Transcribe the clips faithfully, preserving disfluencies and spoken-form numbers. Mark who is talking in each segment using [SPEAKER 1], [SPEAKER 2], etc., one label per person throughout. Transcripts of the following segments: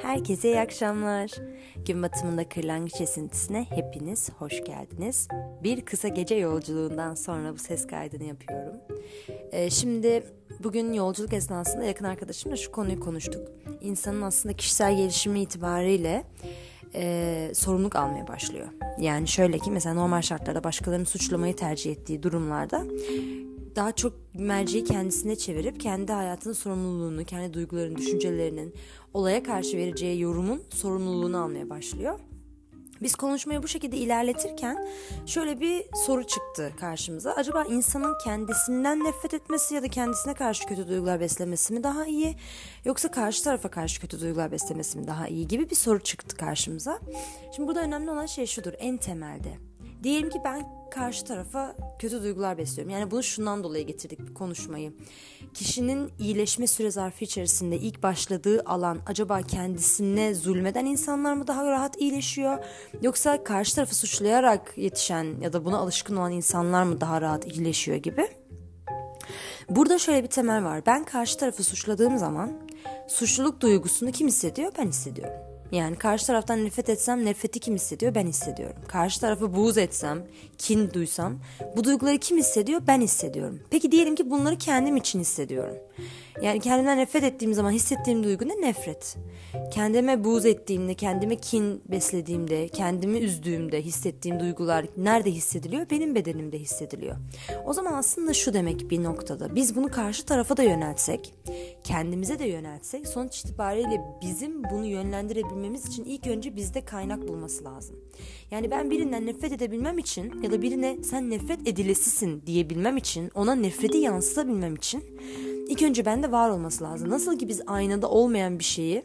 [SPEAKER 1] Herkese iyi akşamlar. Gün batımında kırlangıç esintisine hepiniz hoş geldiniz. Bir kısa gece yolculuğundan sonra bu ses kaydını yapıyorum. Ee, şimdi bugün yolculuk esnasında yakın arkadaşımla şu konuyu konuştuk. İnsanın aslında kişisel gelişimi itibariyle e, sorumluluk almaya başlıyor. Yani şöyle ki mesela normal şartlarda başkalarını suçlamayı tercih ettiği durumlarda daha çok merceği kendisine çevirip kendi hayatının sorumluluğunu, kendi duygularının, düşüncelerinin, olaya karşı vereceği yorumun sorumluluğunu almaya başlıyor. Biz konuşmayı bu şekilde ilerletirken şöyle bir soru çıktı karşımıza. Acaba insanın kendisinden nefret etmesi ya da kendisine karşı kötü duygular beslemesi mi daha iyi? Yoksa karşı tarafa karşı kötü duygular beslemesi mi daha iyi gibi bir soru çıktı karşımıza. Şimdi burada önemli olan şey şudur, en temelde. Diyelim ki ben karşı tarafa kötü duygular besliyorum. Yani bunu şundan dolayı getirdik bir konuşmayı. Kişinin iyileşme süre zarfı içerisinde ilk başladığı alan acaba kendisine zulmeden insanlar mı daha rahat iyileşiyor? Yoksa karşı tarafı suçlayarak yetişen ya da buna alışkın olan insanlar mı daha rahat iyileşiyor gibi? Burada şöyle bir temel var. Ben karşı tarafı suçladığım zaman suçluluk duygusunu kim hissediyor? Ben hissediyorum. Yani karşı taraftan nefret etsem nefreti kim hissediyor? Ben hissediyorum. Karşı tarafı buğz etsem, kin duysam bu duyguları kim hissediyor? Ben hissediyorum. Peki diyelim ki bunları kendim için hissediyorum. Yani kendimden nefret ettiğim zaman hissettiğim duygu ne? Nefret. Kendime buğz ettiğimde, kendime kin beslediğimde, kendimi üzdüğümde hissettiğim duygular nerede hissediliyor? Benim bedenimde hissediliyor. O zaman aslında şu demek bir noktada. Biz bunu karşı tarafa da yöneltsek, kendimize de yöneltsek sonuç itibariyle bizim bunu yönlendirebilmemiz için ilk önce bizde kaynak bulması lazım. Yani ben birinden nefret edebilmem için ya da birine sen nefret edilesisin diyebilmem için, ona nefreti yansıtabilmem için İlk önce bende var olması lazım. Nasıl ki biz aynada olmayan bir şeyi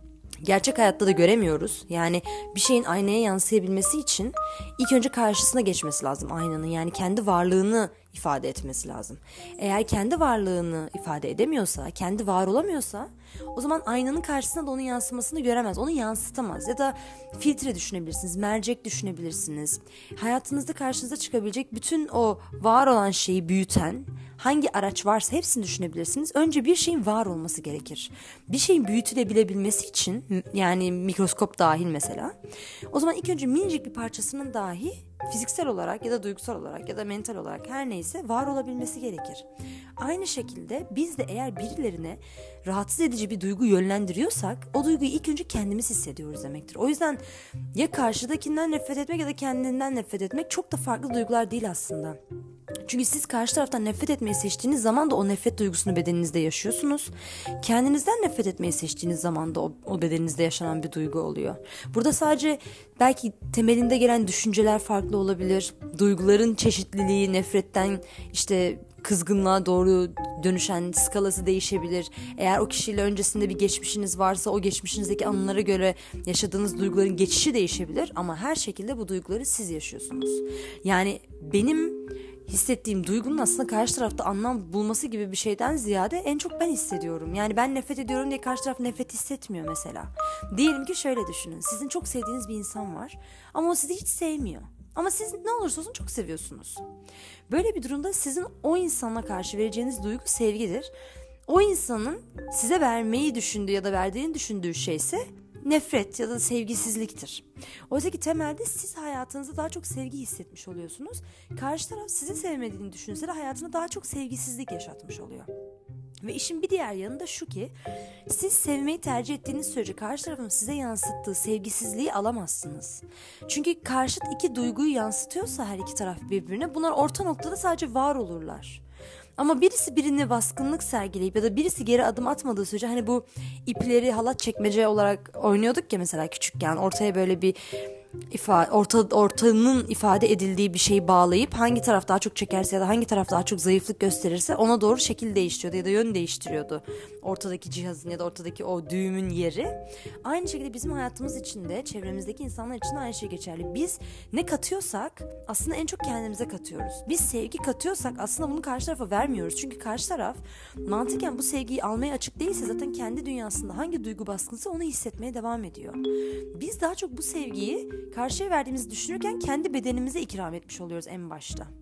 [SPEAKER 1] gerçek hayatta da göremiyoruz. Yani bir şeyin aynaya yansıyabilmesi için ilk önce karşısına geçmesi lazım aynanın. Yani kendi varlığını ifade etmesi lazım. Eğer kendi varlığını ifade edemiyorsa, kendi var olamıyorsa o zaman aynanın karşısında da onun yansımasını göremez. Onu yansıtamaz. Ya da filtre düşünebilirsiniz, mercek düşünebilirsiniz. Hayatınızda karşınıza çıkabilecek bütün o var olan şeyi büyüten hangi araç varsa hepsini düşünebilirsiniz. Önce bir şeyin var olması gerekir. Bir şeyin büyütülebilmesi için, yani mikroskop dahil mesela, o zaman ilk önce minicik bir parçasının dahi fiziksel olarak ya da duygusal olarak ya da mental olarak her neyse var olabilmesi gerekir. Aynı şekilde biz de eğer birilerine rahatsız edici bir duygu yönlendiriyorsak o duyguyu ilk önce kendimiz hissediyoruz demektir. O yüzden ya karşıdakinden nefret etmek ya da kendinden nefret etmek çok da farklı duygular değil aslında. Çünkü siz karşı taraftan nefret etmeyi seçtiğiniz zaman da o nefret duygusunu bedeninizde yaşıyorsunuz. Kendinizden nefret etmeyi seçtiğiniz zaman da o, o bedeninizde yaşanan bir duygu oluyor. Burada sadece belki temelinde gelen düşünceler farklı olabilir. Duyguların çeşitliliği, nefretten işte kızgınlığa doğru dönüşen skalası değişebilir. Eğer o kişiyle öncesinde bir geçmişiniz varsa o geçmişinizdeki anılara göre yaşadığınız duyguların geçişi değişebilir. Ama her şekilde bu duyguları siz yaşıyorsunuz. Yani benim hissettiğim duygunun aslında karşı tarafta anlam bulması gibi bir şeyden ziyade en çok ben hissediyorum. Yani ben nefret ediyorum diye karşı taraf nefret hissetmiyor mesela. Diyelim ki şöyle düşünün. Sizin çok sevdiğiniz bir insan var ama o sizi hiç sevmiyor. Ama siz ne olursa olsun çok seviyorsunuz. Böyle bir durumda sizin o insana karşı vereceğiniz duygu sevgidir. O insanın size vermeyi düşündüğü ya da verdiğini düşündüğü şeyse nefret ya da sevgisizliktir. Oysa ki temelde siz hayatınızda daha çok sevgi hissetmiş oluyorsunuz. Karşı taraf sizi sevmediğini düşünse de hayatında daha çok sevgisizlik yaşatmış oluyor. Ve işin bir diğer yanı da şu ki siz sevmeyi tercih ettiğiniz sürece karşı tarafın size yansıttığı sevgisizliği alamazsınız. Çünkü karşıt iki duyguyu yansıtıyorsa her iki taraf birbirine bunlar orta noktada sadece var olurlar. Ama birisi birine baskınlık sergileyip ya da birisi geri adım atmadığı sürece hani bu ipleri halat çekmece olarak oynuyorduk ya mesela küçükken ortaya böyle bir İfa, orta, ortanın ifade edildiği bir şeyi bağlayıp hangi taraf daha çok çekerse ya da hangi taraf daha çok zayıflık gösterirse ona doğru şekil değiştiriyordu ya da yön değiştiriyordu ortadaki cihazın ya da ortadaki o düğümün yeri. Aynı şekilde bizim hayatımız için de çevremizdeki insanlar için de aynı şey geçerli. Biz ne katıyorsak aslında en çok kendimize katıyoruz. Biz sevgi katıyorsak aslında bunu karşı tarafa vermiyoruz. Çünkü karşı taraf mantıken bu sevgiyi almaya açık değilse zaten kendi dünyasında hangi duygu baskınsa onu hissetmeye devam ediyor. Biz daha çok bu sevgiyi karşıya verdiğimizi düşünürken kendi bedenimize ikram etmiş oluyoruz en başta.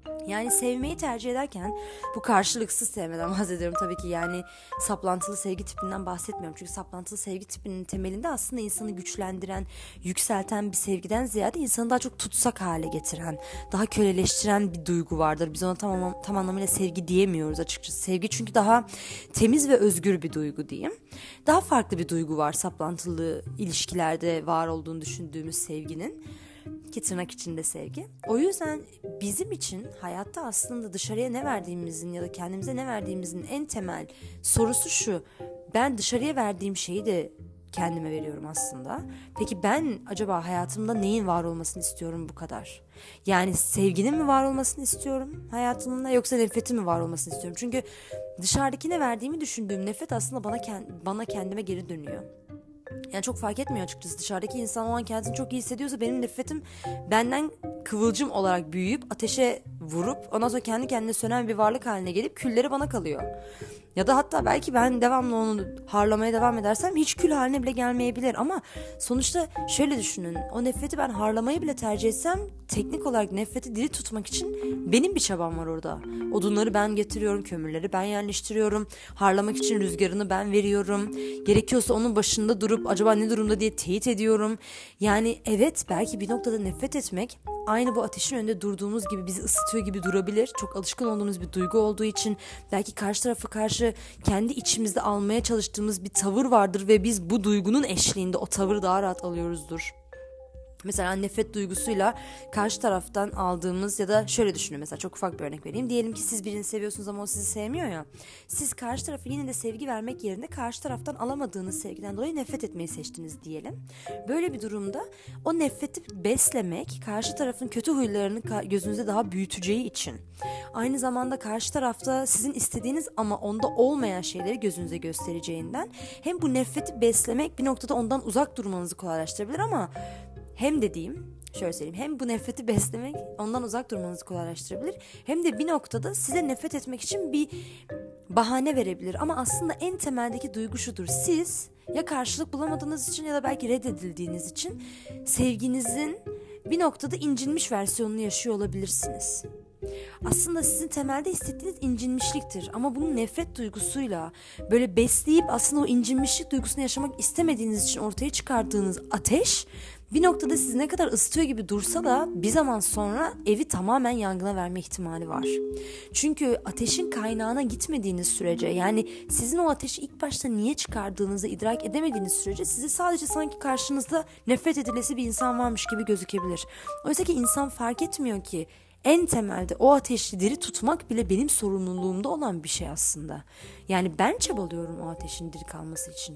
[SPEAKER 1] Yani sevmeyi tercih ederken, bu karşılıksız sevmeden bahsediyorum tabii ki, yani saplantılı sevgi tipinden bahsetmiyorum. Çünkü saplantılı sevgi tipinin temelinde aslında insanı güçlendiren, yükselten bir sevgiden ziyade insanı daha çok tutsak hale getiren, daha köleleştiren bir duygu vardır. Biz ona tam, tam anlamıyla sevgi diyemiyoruz açıkçası. Sevgi çünkü daha temiz ve özgür bir duygu diyeyim. Daha farklı bir duygu var saplantılı ilişkilerde var olduğunu düşündüğümüz sevginin. Ki tırnak içinde sevgi. O yüzden bizim için hayatta aslında dışarıya ne verdiğimizin ya da kendimize ne verdiğimizin en temel sorusu şu: ben dışarıya verdiğim şeyi de kendime veriyorum aslında. Peki ben acaba hayatımda neyin var olmasını istiyorum bu kadar? Yani sevginin mi var olmasını istiyorum hayatımda, yoksa nefretin mi var olmasını istiyorum? Çünkü dışarıdakine verdiğimi düşündüğüm nefret aslında bana bana kendime geri dönüyor. Yani çok fark etmiyor açıkçası. Dışarıdaki insan o an kendini çok iyi hissediyorsa benim nefretim benden kıvılcım olarak büyüyüp ateşe vurup ondan sonra kendi kendine sönen bir varlık haline gelip külleri bana kalıyor. Ya da hatta belki ben devamlı onu harlamaya devam edersem hiç kül haline bile gelmeyebilir. Ama sonuçta şöyle düşünün. O nefreti ben harlamayı bile tercih etsem teknik olarak nefreti diri tutmak için benim bir çabam var orada. Odunları ben getiriyorum, kömürleri ben yerleştiriyorum. Harlamak için rüzgarını ben veriyorum. Gerekiyorsa onun başında durup acaba ne durumda diye teyit ediyorum. Yani evet, belki bir noktada nefret etmek aynı bu ateşin önünde durduğumuz gibi bizi ısıtıyor gibi durabilir. Çok alışkın olduğumuz bir duygu olduğu için belki karşı tarafı karşı kendi içimizde almaya çalıştığımız bir tavır vardır ve biz bu duygunun eşliğinde o tavırı daha rahat alıyoruzdur. Mesela nefret duygusuyla karşı taraftan aldığımız, ya da şöyle düşünün, mesela çok ufak bir örnek vereyim. Diyelim ki siz birini seviyorsunuz ama o sizi sevmiyor ya. Siz karşı tarafa yine de sevgi vermek yerine karşı taraftan alamadığınız sevgiden dolayı nefret etmeyi seçtiniz diyelim. Böyle bir durumda o nefreti beslemek karşı tarafın kötü huylarını gözünüzde daha büyüteceği için, aynı zamanda karşı tarafta sizin istediğiniz ama onda olmayan şeyleri gözünüze göstereceğinden, hem bu nefreti beslemek bir noktada ondan uzak durmanızı kolaylaştırabilir ama hem dediğim, şöyle söyleyeyim, hem bu nefreti beslemek ondan uzak durmanızı kolaylaştırabilir, hem de bir noktada size nefret etmek için bir bahane verebilir. Ama aslında en temeldeki duygu şudur: siz ya karşılık bulamadığınız için ya da belki reddedildiğiniz için sevginizin bir noktada incinmiş versiyonunu yaşıyor olabilirsiniz. Aslında sizin temelde hissettiğiniz incinmişliktir ama bunu nefret duygusuyla böyle besleyip aslında o incinmişlik duygusunu yaşamak istemediğiniz için ortaya çıkardığınız ateş bir noktada sizi ne kadar ısıtıyor gibi dursa da bir zaman sonra evi tamamen yangına verme ihtimali var. Çünkü ateşin kaynağına gitmediğiniz sürece, yani sizin o ateşi ilk başta niye çıkardığınızı idrak edemediğiniz sürece size sadece sanki karşınızda nefret edilesi bir insan varmış gibi gözükebilir. Oysa ki insan fark etmiyor ki en temelde o ateşi diri tutmak bile benim sorumluluğumda olan bir şey aslında. Yani ben çabalıyorum o ateşin diri kalması için.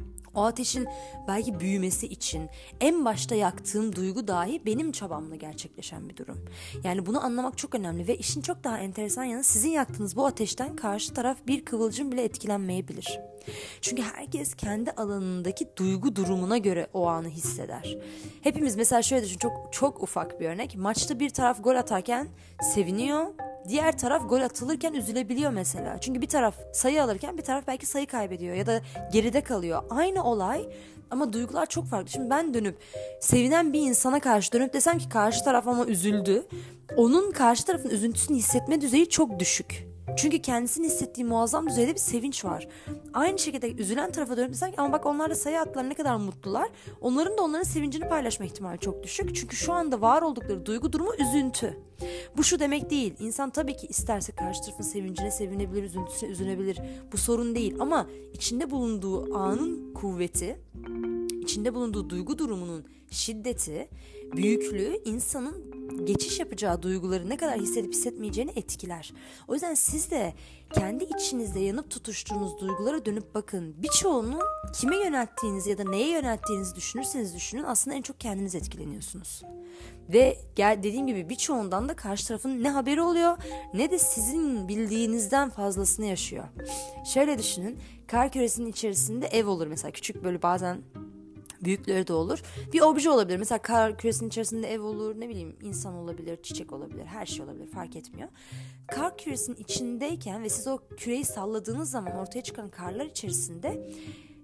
[SPEAKER 1] O ateşin belki büyümesi için en başta yaktığım duygu dahi benim çabamla gerçekleşen bir durum. Yani bunu anlamak çok önemli ve işin çok daha enteresan yanı, sizin yaktığınız bu ateşten karşı taraf bir kıvılcım bile etkilenmeyebilir. Çünkü herkes kendi alanındaki duygu durumuna göre o anı hisseder. Hepimiz mesela şöyle düşün, çok çok ufak bir örnek. Maçta bir taraf gol atarken seviniyor, diğer taraf gol atılırken üzülebiliyor mesela. Çünkü bir taraf sayı alırken bir taraf belki sayı kaybediyor ya da geride kalıyor. Aynı olay ama duygular çok farklı. Şimdi ben dönüp sevinen bir insana karşı dönüp desem ki karşı taraf ama üzüldü, onun karşı tarafın üzüntüsünü hissetme düzeyi çok düşük. Çünkü kendisini hissettiği muazzam düzeyde bir sevinç var. Aynı şekilde üzülen tarafa dönüp desem ki ama bak onlar da sayı attılar, ne kadar mutlular. Onların da onların sevincini paylaşma ihtimali çok düşük. Çünkü şu anda var oldukları duygu durumu üzüntü. Bu şu demek değil. İnsan tabii ki isterse karşı tarafın sevincine sevinebilir, üzüntüsüne üzülebilir. Bu sorun değil ama içinde bulunduğu anın kuvveti, içinde bulunduğu duygu durumunun şiddeti, büyüklüğü insanın geçiş yapacağı duyguları ne kadar hissedip hissetmeyeceğini etkiler. O yüzden siz de kendi içinizde yanıp tutuştuğunuz duygulara dönüp bakın. Birçoğunu kime yönelttiğinizi ya da neye yönelttiğinizi düşünürseniz düşünün, aslında en çok kendiniz etkileniyorsunuz. Ve dediğim gibi birçoğundan da karşı tarafın ne haberi oluyor ne de sizin bildiğinizden fazlasını yaşıyor. Şöyle düşünün, kar küresinin içerisinde ev olur mesela, küçük böyle, bazen büyükleri de olur. Bir obje olabilir. Mesela kar küresinin içerisinde ev olur, ne bileyim insan olabilir, çiçek olabilir, her şey olabilir, fark etmiyor. Kar küresinin içindeyken ve siz o küreyi salladığınız zaman ortaya çıkan karlar içerisinde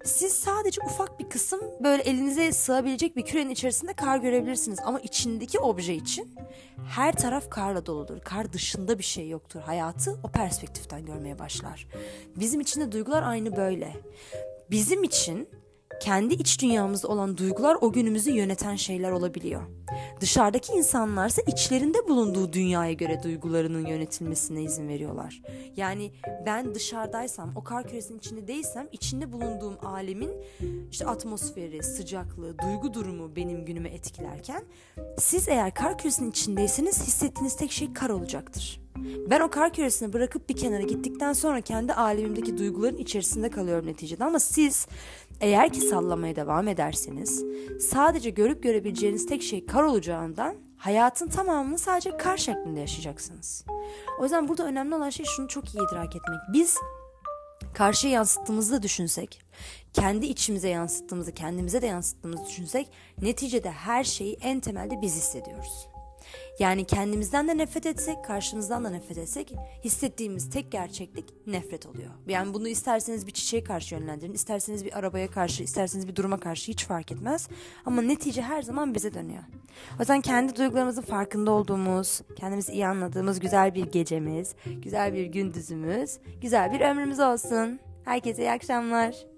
[SPEAKER 1] Siz sadece ufak bir kısım böyle elinize sığabilecek bir kürenin içerisinde kar görebilirsiniz. Ama içindeki obje için her taraf karla doludur. Kar dışında bir şey yoktur. Hayatı o perspektiften görmeye başlar. Bizim için de duygular aynı böyle. Bizim için kendi iç dünyamızda olan duygular o günümüzü yöneten şeyler olabiliyor. Dışarıdaki insanlarsa içlerinde bulunduğu dünyaya göre duygularının yönetilmesine izin veriyorlar. Yani ben dışarıdaysam, o kar küresinin içinde değilsem, içinde bulunduğum alemin işte atmosferi, sıcaklığı, duygu durumu benim günümü etkilerken, siz eğer kar küresinin içindeyseniz hissettiğiniz tek şey kar olacaktır. Ben o kar küresini bırakıp bir kenara gittikten sonra kendi alemimdeki duyguların içerisinde kalıyorum neticede. Ama siz eğer ki sallamaya devam ederseniz sadece görüp görebileceğiniz tek şey kar olacağından hayatın tamamını sadece kar şeklinde yaşayacaksınız. O yüzden burada önemli olan şey şunu çok iyi idrak etmek. Biz karşıya yansıttığımızı düşünsek, kendi içimize yansıttığımızı, kendimize de yansıttığımızı düşünsek, neticede her şeyi en temelde biz hissediyoruz. Yani kendimizden de nefret etsek, karşımızdan da nefret etsek, hissettiğimiz tek gerçeklik nefret oluyor. Yani bunu isterseniz bir çiçeğe karşı yönlendirin, isterseniz bir arabaya karşı, isterseniz bir duruma karşı, hiç fark etmez. Ama netice her zaman bize dönüyor. O yüzden kendi duygularımızın farkında olduğumuz, kendimizi iyi anladığımız güzel bir gecemiz, güzel bir gündüzümüz, güzel bir ömrümüz olsun. Herkese iyi akşamlar.